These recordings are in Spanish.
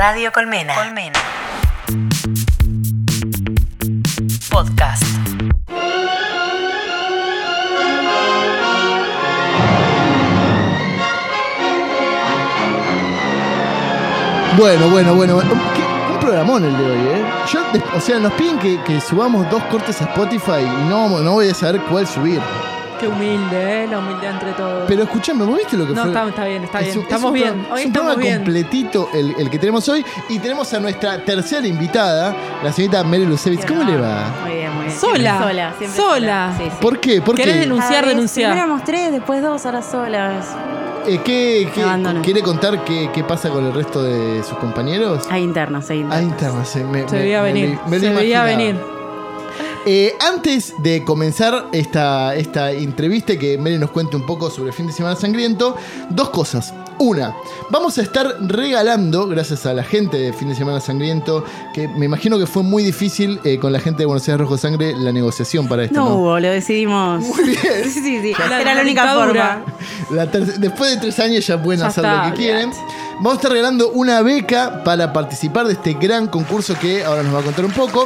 Radio Colmena. Podcast. Bueno. Un programón el de hoy, nos piden que subamos 2 cortes a Spotify y no voy a saber cuál subir. Qué humilde, la humildad entre todos. Pero escuchame, ¿vos viste lo que fue? No, está bien. Estamos bien. Hoy es un estamos programa bien. completito el que tenemos hoy. Y tenemos a nuestra tercera invitada, la señorita Mary Lucevich. ¿Cómo le va? Muy bien. Sola. Siempre sola. Sí. ¿Por qué? ¿Querés denunciar? Primero éramos 3, después 2, ahora solas. ¿Qué abandono. quiere contar qué pasa con el resto de sus compañeros? Hay internas. Internas. Se veía venir. me lo Se veía imaginaba. venir. Antes de comenzar esta entrevista y que Mary nos cuente un poco sobre el fin de semana sangriento, 2 cosas. Una, vamos a estar regalando, gracias a la gente de Fin de Semana Sangriento, que me imagino que fue muy difícil con la gente de Buenos Aires Rojo Sangre la negociación para esto. No hubo, lo decidimos. Muy bien. Sí. La Era la única dictadura. forma. Después de 3 años ya pueden Ya hacer está, lo que quieren. Vamos a estar regalando una beca para participar de este gran concurso que ahora nos va a contar un poco.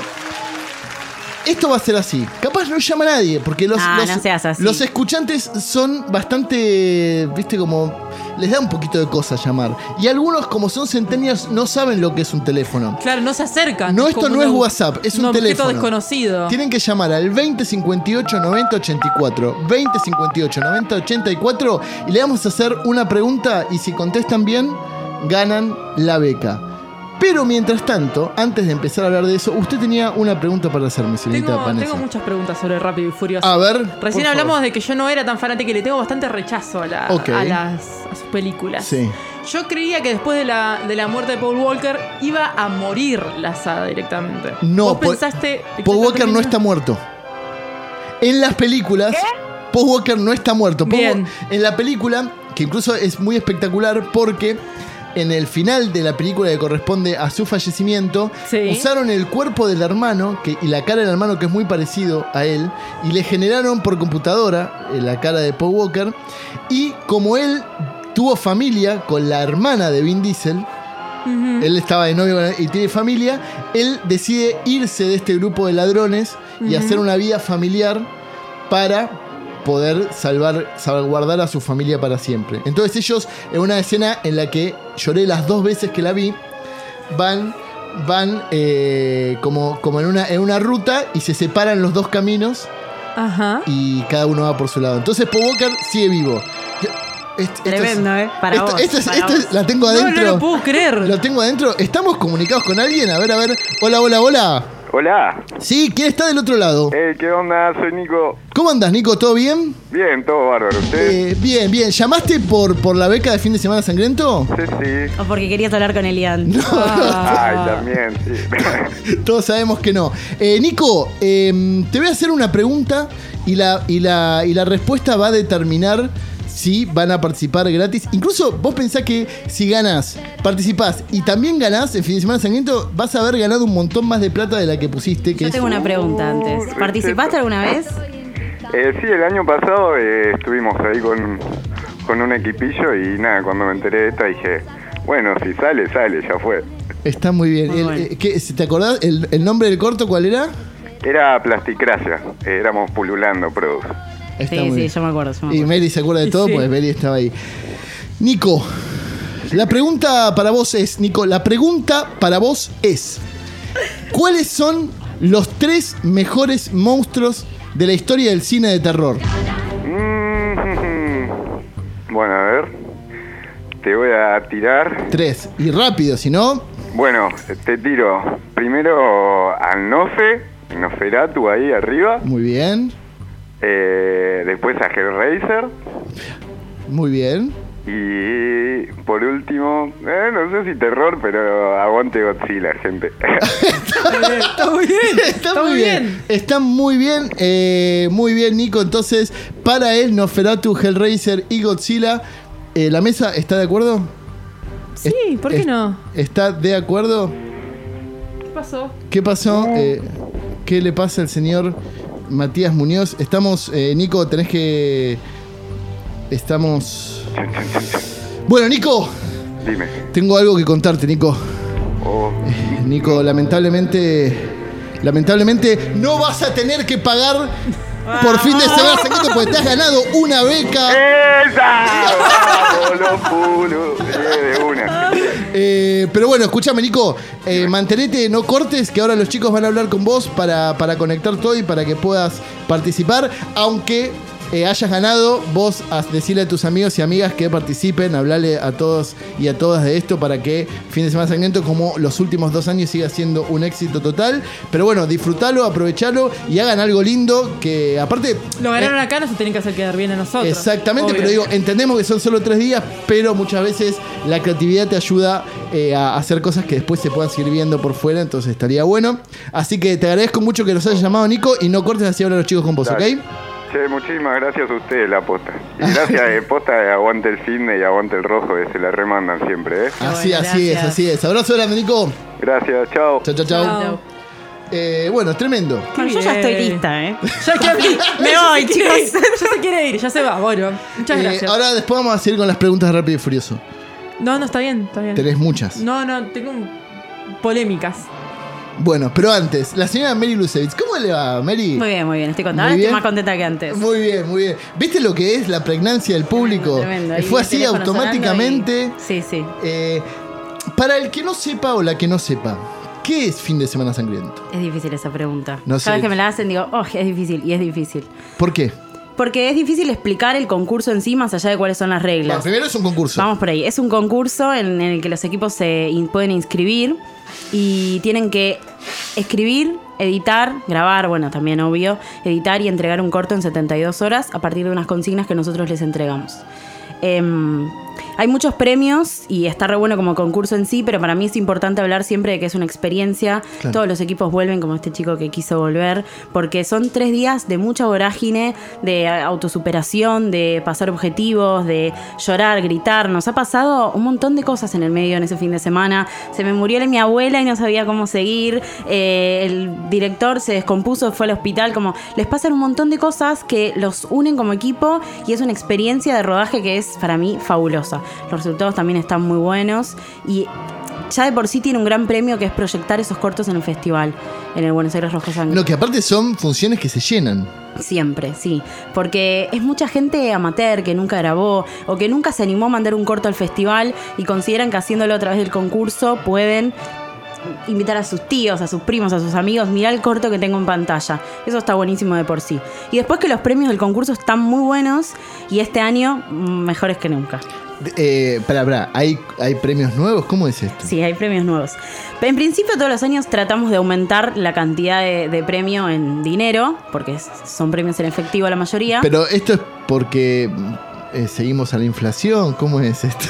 Esto va a ser así. Capaz no llama a nadie, porque no seas así. los escuchantes son bastante, viste, como les da un poquito de cosa llamar. Y algunos, como son centenias, no saben lo que es un teléfono. Claro, no se acercan. No, esto como no es WhatsApp, es un teléfono. objeto desconocido. Tienen que llamar al 2058 90 84. 2058 90 84 y le vamos a hacer una pregunta y si contestan bien, ganan la beca. Pero mientras tanto, antes de empezar a hablar de eso, usted tenía una pregunta para hacerme, señorita Vanessa. Tengo muchas preguntas sobre Rápido y Furioso. A ver, Recién por hablamos favor. de que yo no era tan fanática y le tengo bastante rechazo a Ok. a sus películas. Sí. Yo creía que después de la muerte de Paul Walker iba a morir la saga directamente. No, ¿Vos pensaste? Paul Walker no está muerto. En las películas, Paul Walker no está muerto. Bien. En la película, que incluso es muy espectacular porque en el final de la película que corresponde a su fallecimiento, Sí. usaron el cuerpo del hermano y la cara del hermano, que es muy parecido a él, y le generaron por computadora la cara de Paul Walker. Y como él tuvo familia con la hermana de Vin Diesel, él estaba de novio con él y tiene familia, él decide irse de este grupo de ladrones y hacer una vida familiar para poder salvaguardar a su familia para siempre. Entonces ellos, en una escena en la que lloré las 2 veces que la vi, van como en una ruta y se separan los 2 caminos. Ajá. Y cada uno va por su lado. Entonces Paul Walker sigue vivo. Tremendo, Para vos. La tengo adentro. No lo puedo creer. Lo tengo adentro. ¿Estamos comunicados con alguien? A ver. Hola. Hola. Sí, ¿quién está del otro lado? ¿Qué onda? Soy Nico. ¿Cómo andás, Nico? ¿Todo bien? Bien, todo bárbaro. ¿Usted? Bien. ¿Llamaste por la beca de Fin de Semana Sangriento? Sí. O porque querías hablar con Elian. Ay, también, sí. Todos sabemos que no. Nico, te voy a hacer una pregunta y la respuesta va a determinar si van a participar gratis. Incluso vos pensás que si ganás, participás y también ganás en Fin de Semana Sangriento, vas a haber ganado un montón más de plata de la que pusiste. Yo tengo una pregunta antes. ¿Participaste alguna vez? Sí, el año pasado estuvimos ahí con un equipillo y nada, cuando me enteré de esta dije, bueno, si sale, ya fue. Está muy bien. Muy bueno. ¿Te acordás el nombre del corto cuál era? Era Plasticracia, éramos pululando, Produce. Está Sí, muy sí, bien. yo me acuerdo. Y Mary se acuerda de Y todo, sí. pues Mary estaba ahí. Nico, la pregunta para vos es, ¿cuáles son los 3 mejores monstruos de la historia del cine de terror? Bueno, a ver, te voy a tirar. 3. Y rápido, si no... Bueno, te tiro primero al Nosferatu ahí arriba. Muy bien, Después a Hellraiser. muy bien. Y por último, no sé si terror, pero aguante Godzilla, gente. Está muy bien. Está muy bien. Está muy bien, Nico. Entonces, para él, Nosferatu, Hellraiser y Godzilla, ¿la mesa está de acuerdo? Sí, ¿por qué no? ¿Está de acuerdo? ¿Qué pasó? ¿Qué pasó? ¿Qué le pasa al señor Matías Muñoz? Estamos, Nico, tenés que... Estamos... Bueno, Nico, Dime. tengo algo que contarte, Nico. Nico, lamentablemente no vas a tener que pagar por fin de semana sangriento porque te has ganado una beca. ¡Esa! ¡Vamos, los pulos! De una. Pero bueno, escúchame, Nico, mantenete, no cortes, que ahora los chicos van a hablar con vos para conectar todo y para que puedas participar, aunque hayas ganado, vos decirle a tus amigos y amigas que participen, hablarle a todos y a todas de esto para que Fin de Semana Sangriento, como los últimos 2 años, siga siendo un éxito total. Pero bueno, disfrutalo, aprovechalo y hagan algo lindo que aparte... Lo ganaron acá, no se tienen que hacer quedar bien a nosotros. Exactamente, obvio. pero digo, entendemos que son solo 3 días, pero muchas veces la creatividad te ayuda a hacer cosas que después se puedan seguir viendo por fuera, entonces estaría bueno. Así que te agradezco mucho que nos hayas llamado, Nico, y no cortes, así hablan los chicos con vos, Dale. ¿ok? Che, muchísimas gracias a ustedes, la posta. Y gracias, posta, aguante el cine y aguante el rojo, que se la remandan siempre, Así Bueno, es. Abrazo grande, Nico. Gracias, chao. Chau. Chao. Bueno, tremendo. Bueno, yo ya Bien. estoy lista, ¿eh? Me voy, chicos. Ya se quiere ir, ya se va. Bueno, muchas gracias. Ahora después vamos a seguir con las preguntas de Rápido y Furioso. No, está bien. Tenés muchas. No, tengo polémicas. Bueno, pero antes, la señora Mary Lucevitz, ¿cómo le va, Mary? Muy bien, estoy contenta. Muy Ahora bien. estoy más contenta que antes. Muy bien. ¿Viste lo que es la pregnancia del público? Tremendo. Fue Y así teléfono automáticamente. sonando Sí. Para el que no sepa o la que no sepa, ¿qué es Fin de Semana Sangriento? Es difícil esa pregunta. No sé. Cada vez que me la hacen digo, es difícil, y es difícil. ¿Por qué? Porque es difícil explicar el concurso en sí más allá de cuáles son las reglas. Bueno, primero es un concurso. Vamos por ahí. Es un concurso en el que los equipos se pueden inscribir y tienen que escribir, editar, grabar, bueno, también obvio, editar y entregar un corto en 72 horas a partir de unas consignas que nosotros les entregamos. Hay muchos premios y está re bueno como concurso en sí, pero para mí es importante hablar siempre de que es una experiencia. Claro. Todos los equipos vuelven, como este chico que quiso volver, porque son 3 días de mucha vorágine, de autosuperación, de pasar objetivos, de llorar, gritar. Nos ha pasado un montón de cosas en el medio en ese fin de semana. Se me murió mi abuela y no sabía cómo seguir. El director se descompuso, fue al hospital. Como les pasan un montón de cosas que los unen como equipo y es una experiencia de rodaje que es para mí fabulosa. Los resultados también están muy buenos y ya de por sí tiene un gran premio que es proyectar esos cortos en el festival, en el Buenos Aires Rojo Sangre. No, que aparte son funciones que se llenan. Siempre, sí. Porque es mucha gente amateur que nunca grabó o que nunca se animó a mandar un corto al festival y consideran que haciéndolo a través del concurso pueden invitar a sus tíos, a sus primos, a sus amigos, mirá el corto que tengo en pantalla. Eso está buenísimo de por sí. Y después que los premios del concurso están muy buenos y este año mejores que nunca. ¿Hay premios nuevos? ¿Cómo es esto? Sí, hay premios nuevos. En principio todos los años tratamos de aumentar la cantidad de premio en dinero, porque son premios en efectivo la mayoría. Pero esto es porque seguimos a la inflación. ¿Cómo es esto?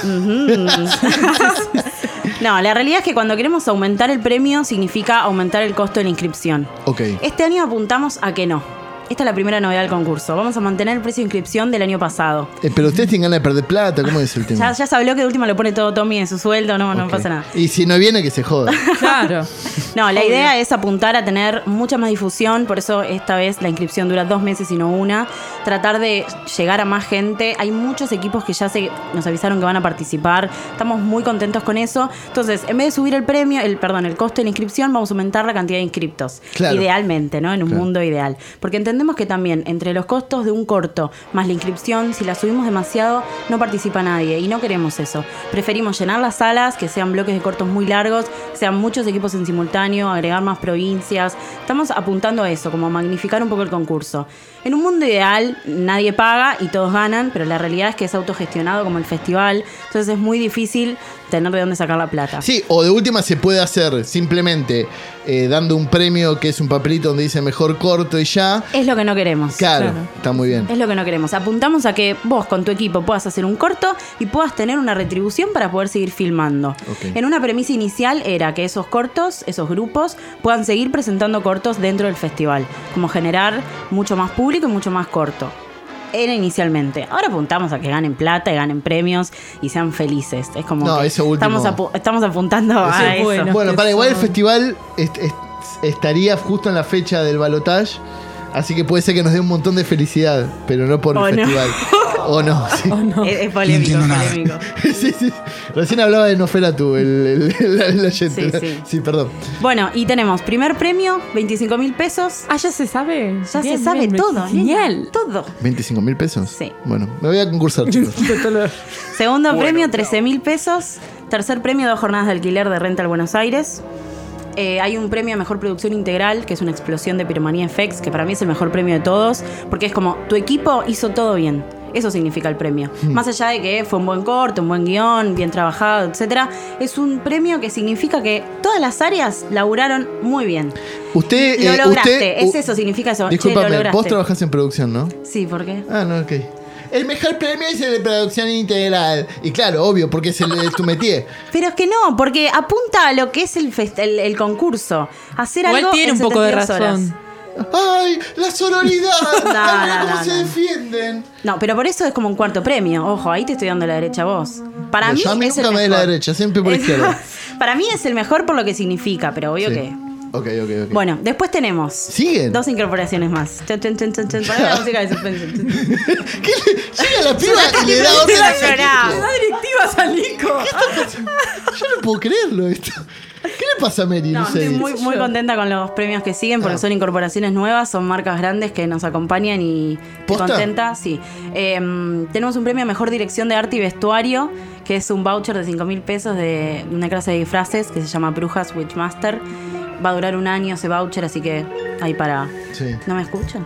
No, la realidad es que cuando queremos aumentar el premio significa aumentar el costo de la inscripción. Ok. Este año apuntamos a que no. Esta es la primera novedad del concurso. Vamos a mantener el precio de inscripción del año pasado. Pero ustedes tienen ganas de perder plata. ¿Cómo es el tema? Ya se habló que de última lo pone todo Tommy en su sueldo. No Ok. pasa nada. Y si no viene, que se joda. Claro. No, la idea es apuntar a tener mucha más difusión, por eso esta vez la inscripción dura 2 meses y no 1. Tratar de llegar a más gente. Hay muchos equipos que ya nos avisaron que van a participar. Estamos muy contentos con eso. Entonces, en vez de subir el costo de la inscripción, vamos a aumentar la cantidad de inscriptos. Claro. Idealmente, ¿no? En un Claro. mundo ideal. Porque entendemos que también entre los costos de un corto más la inscripción, si la subimos demasiado, no participa nadie y no queremos eso. Preferimos llenar las salas, que sean bloques de cortos muy largos, que sean muchos equipos en simultáneo, agregar más provincias. Estamos apuntando a eso, como a magnificar un poco el concurso. En un mundo ideal, nadie paga y todos ganan, pero la realidad es que es autogestionado como el festival, entonces es muy difícil tener de dónde sacar la plata. Sí, o de última se puede hacer simplemente dando un premio que es un papelito donde dice mejor corto y ya. Es lo que no queremos. Claro, está muy bien. Es lo que no queremos. Apuntamos a que vos con tu equipo puedas hacer un corto y puedas tener una retribución para poder seguir filmando. Ok. En una premisa inicial era que esos cortos, esos grupos, puedan seguir presentando cortos dentro del festival. Como generar mucho más público y mucho más corto. Era inicialmente. Ahora apuntamos a que ganen plata y ganen premios y sean felices. Es como No, que eso último. estamos apuntando a eso. bueno. Bueno, que para igual el son- festival estaría justo en la fecha del balotage, así que puede ser que nos dé un montón de felicidad, pero no por Oh, el no. festival. ¿O no? Sí. Oh, no. Es polémico, No entiendo nada. polémico. Sí. Recién hablaba de Nosferatu, el oyente. Sí. Perdón. Bueno, y tenemos primer premio, 25.000 pesos. Ah, ya se sabe. Ya Bien, se sabe bien, todo. Genial. nena, todo. ¿25.000 pesos? Sí. Bueno, me voy a concursar, chicos. Segundo premio, 13.000 pesos. Tercer premio, 2 jornadas de alquiler de Rental Buenos Aires. Hay un premio a Mejor Producción Integral, que es una explosión de Piromanía FX, que para mí es el mejor premio de todos, porque es como, tu equipo hizo todo bien. Eso significa el premio. Más allá de que fue un buen corto, un buen guión, bien trabajado, etcétera, es un premio que significa que todas las áreas laburaron muy bien. Usted... Lo lograste, usted, eso significa eso. Che, lo Discúlpame, lograste. vos trabajás en producción, ¿no? Sí, ¿por qué? Ah, no, ok. El mejor premio es el de producción integral. Y claro, obvio, porque es el de tu métier. Pero es que no, porque apunta a lo que es el concurso. Hacer Igual algo tiene en un poco de 72 horas. razón. ¡Ay, la sororidad! No, ¿Cómo se no. defienden? No, pero por eso es como un cuarto premio. Ojo, ahí te estoy dando la derecha a vos. Para mí Yo a mí es el nunca me mejor. doy la derecha, siempre por izquierda. Para mí es el mejor por lo que significa, pero obvio Sí. que... Ok. Bueno, después tenemos... ¿Siguen? 2 incorporaciones más. Chun, chun, chun, chun, chun. Poné la música de suspense. ¿Qué llega la piba y le da Se otra? va a llorar. Le da directivas al Nico. Yo no puedo creerlo esto. ¿Qué le pasa a Mary? No, No sé. estoy muy contenta con los premios que siguen porque son incorporaciones nuevas, son marcas grandes que nos acompañan y estoy ¿Posta? contenta. Sí. Tenemos un premio a Mejor Dirección de Arte y Vestuario, que es un voucher de 5.000 pesos de una clase de disfraces que se llama Brujas Witchmaster. Va a durar un año ese voucher, así que hay para... Sí. ¿No me escuchan?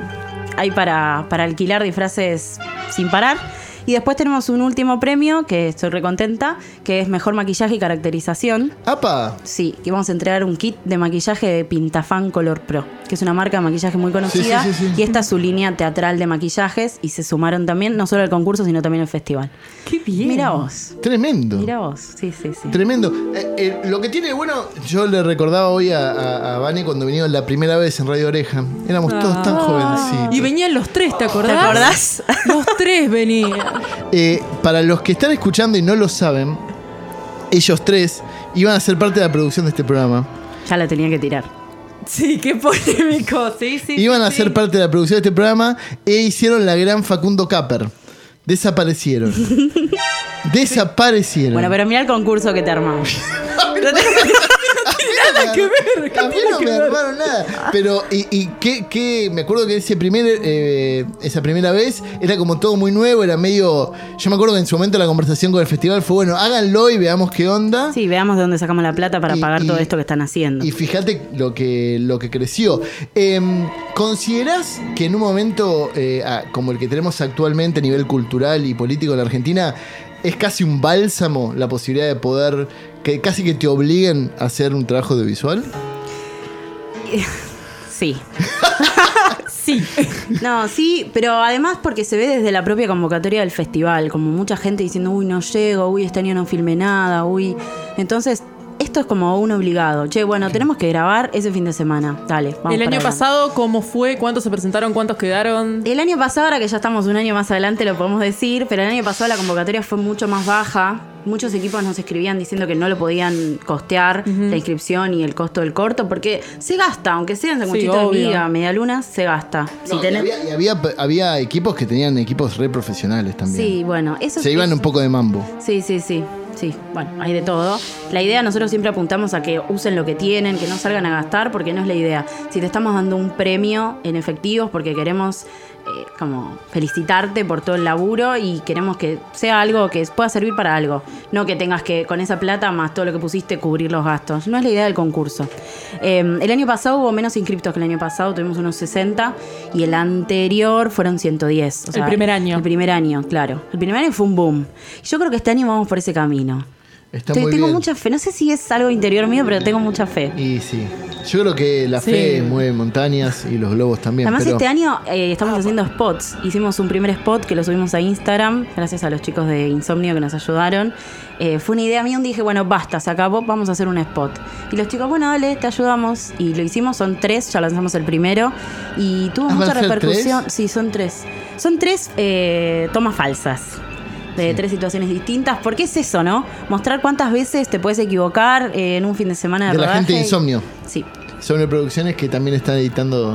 Hay para alquilar disfraces sin parar. Y después tenemos un último premio, que estoy recontenta, que es Mejor Maquillaje y Caracterización. ¡Apa! Sí, que vamos a entregar un kit de maquillaje de Pintafan Color Pro, que es una marca de maquillaje muy conocida. Sí. Y esta es su línea teatral de maquillajes. Y se sumaron también, no solo al concurso, sino también al festival. Qué bien. Mira vos. Tremendo. Mira vos. Sí. Tremendo. Lo que tiene de bueno, yo le recordaba hoy a Vane cuando vinieron la primera vez en Radio Oreja. Éramos todos tan jovencitos. Y venían los tres, ¿te acordás? ¿Te acordás? Los tres venían. Para los que están escuchando y no lo saben, ellos tres iban a ser parte de la producción de este programa. Ya la tenía que tirar. Sí, qué polémico. Sí. Iban a ser parte de la producción de este programa e hicieron la gran Facundo Capper. Desaparecieron. Desaparecieron. Bueno, pero mira el concurso que te armamos. Nada que ver. A mí no me armaron nada. Pero, ¿qué? Me acuerdo que esa primera vez era como todo muy nuevo, era medio. Yo me acuerdo que en su momento la conversación con el festival fue, bueno, háganlo y veamos qué onda. Sí, veamos de dónde sacamos la plata para Y- pagar y- todo esto que están haciendo. Y fíjate lo que creció. ¿Considerás que en un momento como el que tenemos actualmente a nivel cultural y político en la Argentina, es casi un bálsamo la posibilidad de poder, que casi que te obliguen a hacer un trabajo audiovisual? Sí. Sí. No, sí, pero además porque se ve desde la propia convocatoria del festival, como mucha gente diciendo, uy, no llego, uy, este año no filmé nada, uy. Entonces, esto es como un obligado. Che, bueno, tenemos que grabar ese fin de semana. Dale, vamos. El para año adelante. pasado, ¿cómo fue? ¿Cuántos se presentaron? ¿Cuántos quedaron? El año pasado, ahora que ya estamos un año más adelante, lo podemos decir, pero el año pasado la convocatoria fue mucho más baja. Muchos equipos nos escribían diciendo que no lo podían costear, la inscripción y el costo del corto, porque se gasta, aunque sean sanguchitos de obvio. miga, medialunas, se gasta. Si No, tenés- había equipos que tenían equipos re profesionales también. Sí, bueno, eso Se iban un poco de mambo. Sí. Sí, bueno, hay de todo. La idea, nosotros siempre apuntamos a que usen lo que tienen, que no salgan a gastar, porque no es la idea. Si te estamos dando un premio en efectivos, porque queremos como felicitarte por todo el laburo y queremos que sea algo que pueda servir para algo. No que tengas que, con esa plata más todo lo que pusiste, cubrir los gastos. No es la idea del concurso. El año pasado hubo menos inscriptos que el año pasado, tuvimos unos 60, y el anterior fueron 110. O sea, El primer año. El primer año, claro. El primer año fue un boom. Y yo creo que este año vamos por ese camino. Está muy Tengo bien. mucha fe. No sé si es algo interior mío, pero tengo mucha fe. Y sí. Yo creo que la Sí. fe mueve montañas y los globos también. Además, pero este año estamos haciendo spots. Hicimos un primer spot que lo subimos a Instagram, gracias a los chicos de Insomnio que nos ayudaron. Fue una idea mía, un día dije, bueno, basta, se acabó, vamos a hacer un spot. Y los chicos, bueno, dale, te ayudamos. Y lo hicimos, son 3, ya lanzamos el primero. Y tuvo ¿Van mucha a ser repercusión. 3? Sí, son 3. Son 3 tomas falsas. De 3 situaciones distintas. Porque es eso, ¿no? Mostrar cuántas veces te puedes equivocar en un fin de semana de de la rodaje. gente de Insomnio. Sí. Sobre producciones que también están editando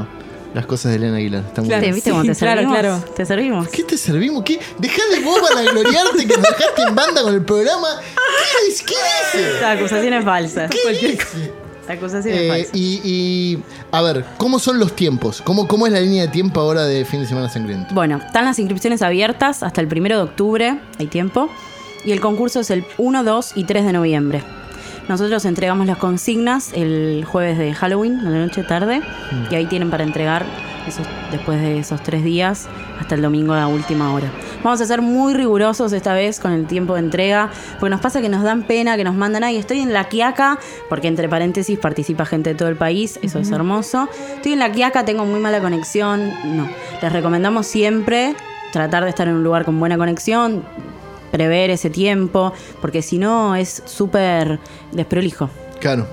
las cosas de Elena Aguilar. Está muy Claro. bien. ¿Viste cómo te Claro, servimos? claro. ¿Te servimos? ¿Qué te servimos? ¿Qué? Dejá de vos vanagloriarte que nos dejaste en banda con el programa. ¿Qué dices? Acusaciones falsas. ¿Qué dices? Acusaciones falsas. Y a ver, ¿cómo son los tiempos? ¿Cómo es la línea de tiempo ahora de Fin de Semana Sangriento? Bueno, están las inscripciones abiertas hasta el 1 de octubre, hay tiempo, y el concurso es el 1, 2 y 3 de noviembre. Nosotros entregamos las consignas el jueves de Halloween, a la noche tarde, y ahí tienen para entregar después de esos 3 días hasta el domingo a última hora. Vamos a ser muy rigurosos esta vez con el tiempo de entrega, porque nos pasa que nos dan pena, que nos mandan, ay, estoy en La Quiaca, porque entre paréntesis participa gente de todo el país, eso es hermoso. Estoy en La Quiaca, tengo muy mala conexión. No, les recomendamos siempre tratar de estar en un lugar con buena conexión, prever ese tiempo, porque si no es súper desprolijo. Claro.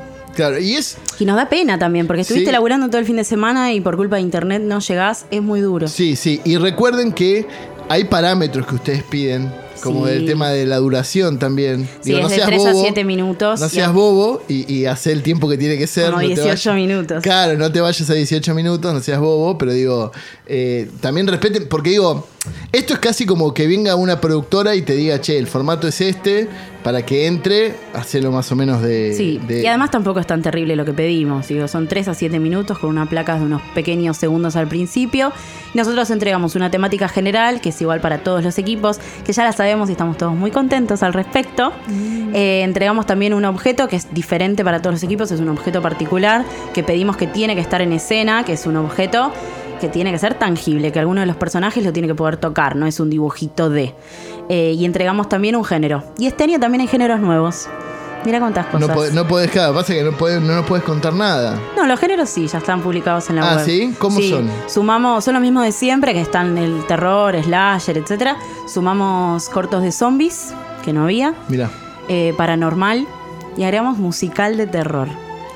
Y nos da pena también, porque estuviste Sí. laburando todo el fin de semana y por culpa de internet no llegás, es muy duro. Sí. Y recuerden que hay parámetros que ustedes piden, como Sí. el tema de la duración también. Sí, es de 3 a 7 minutos. No seas bobo y haz el tiempo que tiene que ser. Como no te 18 vayas- minutos. Claro, no te vayas a 18 minutos, no seas bobo, pero digo, también respeten, porque digo, esto es casi como que venga una productora y te diga, che, el formato es este, para que entre, hacelo más o menos de... Sí, y además tampoco es tan terrible lo que pedimos. Digo, son 3 a 7 minutos con una placa de unos pequeños segundos al principio. Y nosotros entregamos una temática general, que es igual para todos los equipos, que ya la sabemos y estamos todos muy contentos al respecto. Entregamos también un objeto que es diferente para todos los equipos, es un objeto particular que pedimos que tiene que estar en escena, que es un objeto que tiene que ser tangible, que alguno de los personajes lo tiene que poder tocar, no es un dibujito de. Y entregamos también un género. Y este año también hay géneros nuevos. Mira cuántas cosas. No podés, claro, pasa que no nos podés contar nada. No, los géneros sí, ya están publicados en la Ah, web. ¿sí? ¿Cómo son? Son los mismos de siempre, que están el terror, slasher, etcétera. Sumamos cortos de zombies, que no había, Mirá. paranormal, y agregamos musical de terror.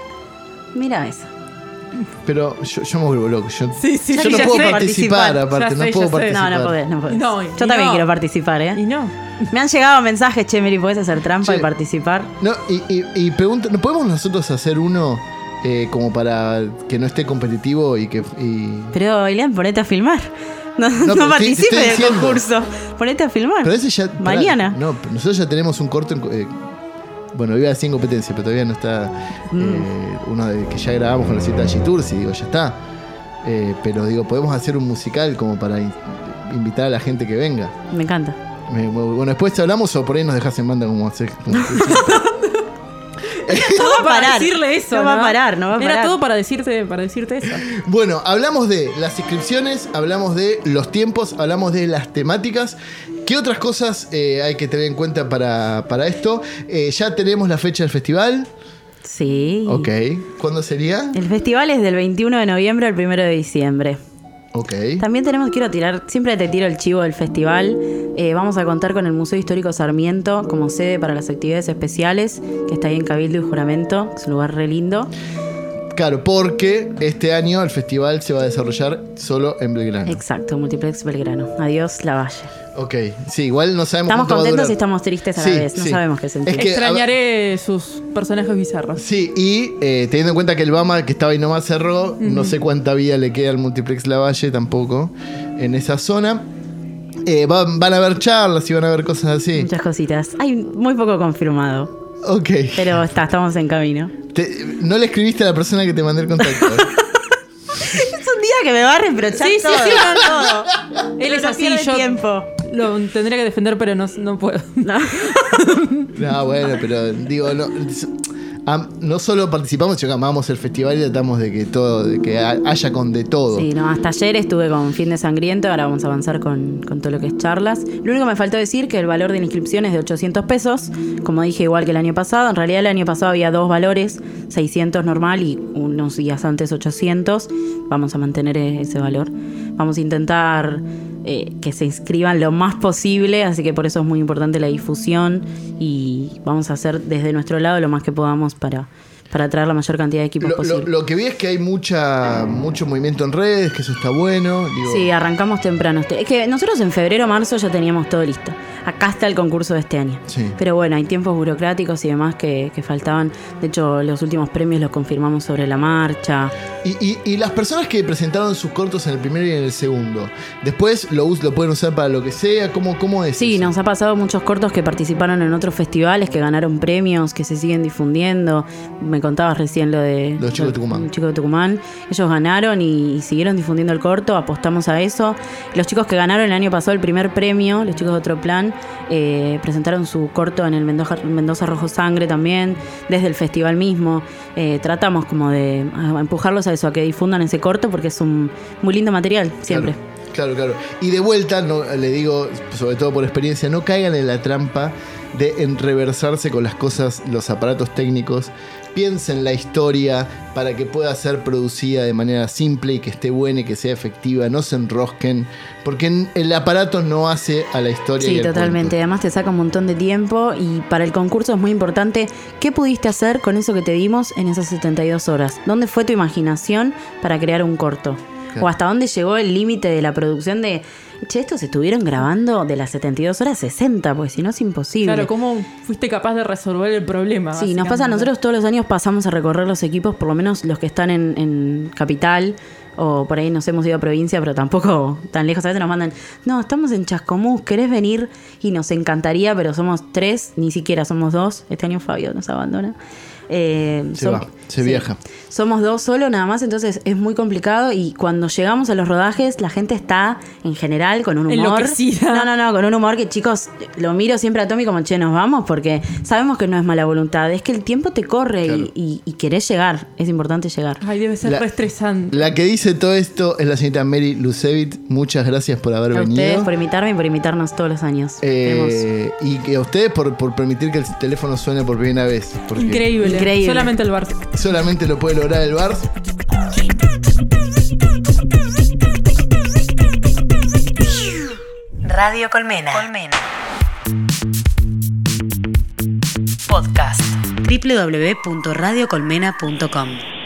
Mira eso. Pero yo me vuelvo loco. Yo no ya puedo sé. participar, aparte. Ya No sé, puedo ya sé. participar. No podés. No, Yo también quiero participar, Y no. Me han llegado mensajes, che, Mary, ¿podés hacer trampa Che. y participar? No, y pregunto, ¿no podemos nosotros hacer uno como para que no esté competitivo y que... Pero, Elian, ponete a filmar. No, pero no te participes estoy del diciendo. concurso. Ponete a filmar. Pero ese ya... Mañana. No, nosotros ya tenemos un corto... bueno, iba a decir en competencia, pero todavía no está uno que ya grabamos con la cita de G-Tours y digo, ya está. Pero digo, podemos hacer un musical como para invitar a la gente que venga. Me encanta. Bueno, después hablamos o por ahí nos dejas en banda como hacer... Todo para parar. decirle eso. No va a parar, no va a Era parar. todo para decirte eso. Bueno, hablamos de las inscripciones, hablamos de los tiempos, hablamos de las temáticas. ¿Qué otras cosas hay que tener en cuenta para esto? Ya tenemos la fecha del festival. Sí. Ok. ¿Cuándo sería? El festival es del 21 de noviembre al 1 de diciembre. Ok. También quiero tirar, siempre te tiro el chivo del festival. Vamos a contar con el Museo Histórico Sarmiento como sede para las actividades especiales, que está ahí en Cabildo y Juramento. Es un lugar re lindo. Claro, porque este año el festival se va a desarrollar solo en Belgrano. Exacto, Multiplex Belgrano. Adiós, Lavalle. Ok. Sí, igual no sabemos Estamos cuánto va a contentos durar. y estamos tristes a Sí, la vez. No sí. sabemos qué sentir. Es que- Extrañaré sus personajes bizarros. Sí, y teniendo en cuenta que el Bama que estaba ahí nomás cerró, no sé cuánta vida le queda al Multiplex Lavalle tampoco en esa zona. Van a haber charlas y van a haber cosas así. Muchas cositas. Hay muy poco confirmado. Ok. Pero estamos en camino. No le escribiste a la persona que te mandé el contacto. Es un día que me va a reprochar Sí, sí, todo. sí, todo. Él es No así, pierde yo tiempo. lo tendría que defender, pero no puedo. No. No, bueno, pero digo, no solo participamos, sino que amamos el festival y tratamos de que haya con de todo. Sí, no, hasta ayer estuve con Fin de Sangriento, ahora vamos a avanzar con todo lo que es charlas. Lo único que me faltó decir que el valor de la inscripción es de 800 pesos, como dije, igual que el año pasado. En realidad el año pasado había dos valores, 600 normal y unos días antes 800. Vamos a mantener ese valor. Vamos a intentar que se inscriban lo más posible, así que por eso es muy importante la difusión y vamos a hacer desde nuestro lado lo más que podamos para para traer la mayor cantidad de equipos posible. Lo que vi es que hay mucho movimiento en redes, que eso está bueno. Digo, sí, arrancamos temprano. Es que nosotros en febrero, marzo ya teníamos todo listo. Acá está el concurso de este año. Sí. Pero bueno, hay tiempos burocráticos y demás que faltaban. De hecho, los últimos premios los confirmamos sobre la marcha. Y las personas que presentaron sus cortos en el primero y en el segundo, después lo pueden usar para lo que sea. ¿Cómo es? Sí, eso? nos ha pasado muchos cortos que participaron en otros festivales, que ganaron premios, que se siguen difundiendo. Me contabas recién lo de Los chicos de Tucumán. Los chicos de Tucumán. Ellos ganaron y siguieron difundiendo el corto, apostamos a eso. Los chicos que ganaron el año pasado el primer premio, los chicos de Otro Plan, presentaron su corto en el Mendoza Rojo Sangre también, desde el festival mismo. Tratamos como de empujarlos a eso, a que difundan ese corto, porque es un muy lindo material, siempre. Claro. Y de vuelta, le digo, sobre todo por experiencia, no caigan en la trampa de enreversarse con las cosas, los aparatos técnicos. Piensen la historia para que pueda ser producida de manera simple y que esté buena y que sea efectiva. No se enrosquen, porque el aparato no hace a la historia. Sí, y al totalmente. cuento. Además te saca un montón de tiempo y para el concurso es muy importante qué pudiste hacer con eso que te dimos en esas 72 horas. ¿Dónde fue tu imaginación para crear un corto? Claro. O hasta dónde llegó el límite de la producción de... Che, estos estuvieron grabando de las 72 horas 60, porque si no es imposible. Claro, ¿cómo fuiste capaz de resolver el problema? Sí, nos pasa, nosotros todos los años pasamos a recorrer los equipos, por lo menos los que están en capital, o por ahí nos hemos ido a provincia, pero tampoco tan lejos. A veces nos mandan, no, estamos en Chascomús, ¿querés venir? Y nos encantaría, pero somos 3, ni siquiera somos 2. Este año Fabio nos abandona. Se viaja. Somos 2 solo nada más, entonces es muy complicado y cuando llegamos a los rodajes la gente está en general con un humor. Enloquecida. No, con un humor que, chicos, lo miro siempre a Tommy como, che, nos vamos, porque sabemos que no es mala voluntad, es que el tiempo te corre. Claro. y querés llegar, es importante llegar. Ay, debe ser re estresante. La que dice todo esto es la señorita Mary Lucevit. Muchas gracias por haber A venido. ustedes por invitarme y por invitarnos todos los años. Y que a ustedes por permitir que el teléfono suene por primera vez. Porque Increíble. Solamente el Barça. solamente lo puede lograr el Barça. Radio Colmena. Podcast www.radiocolmena.com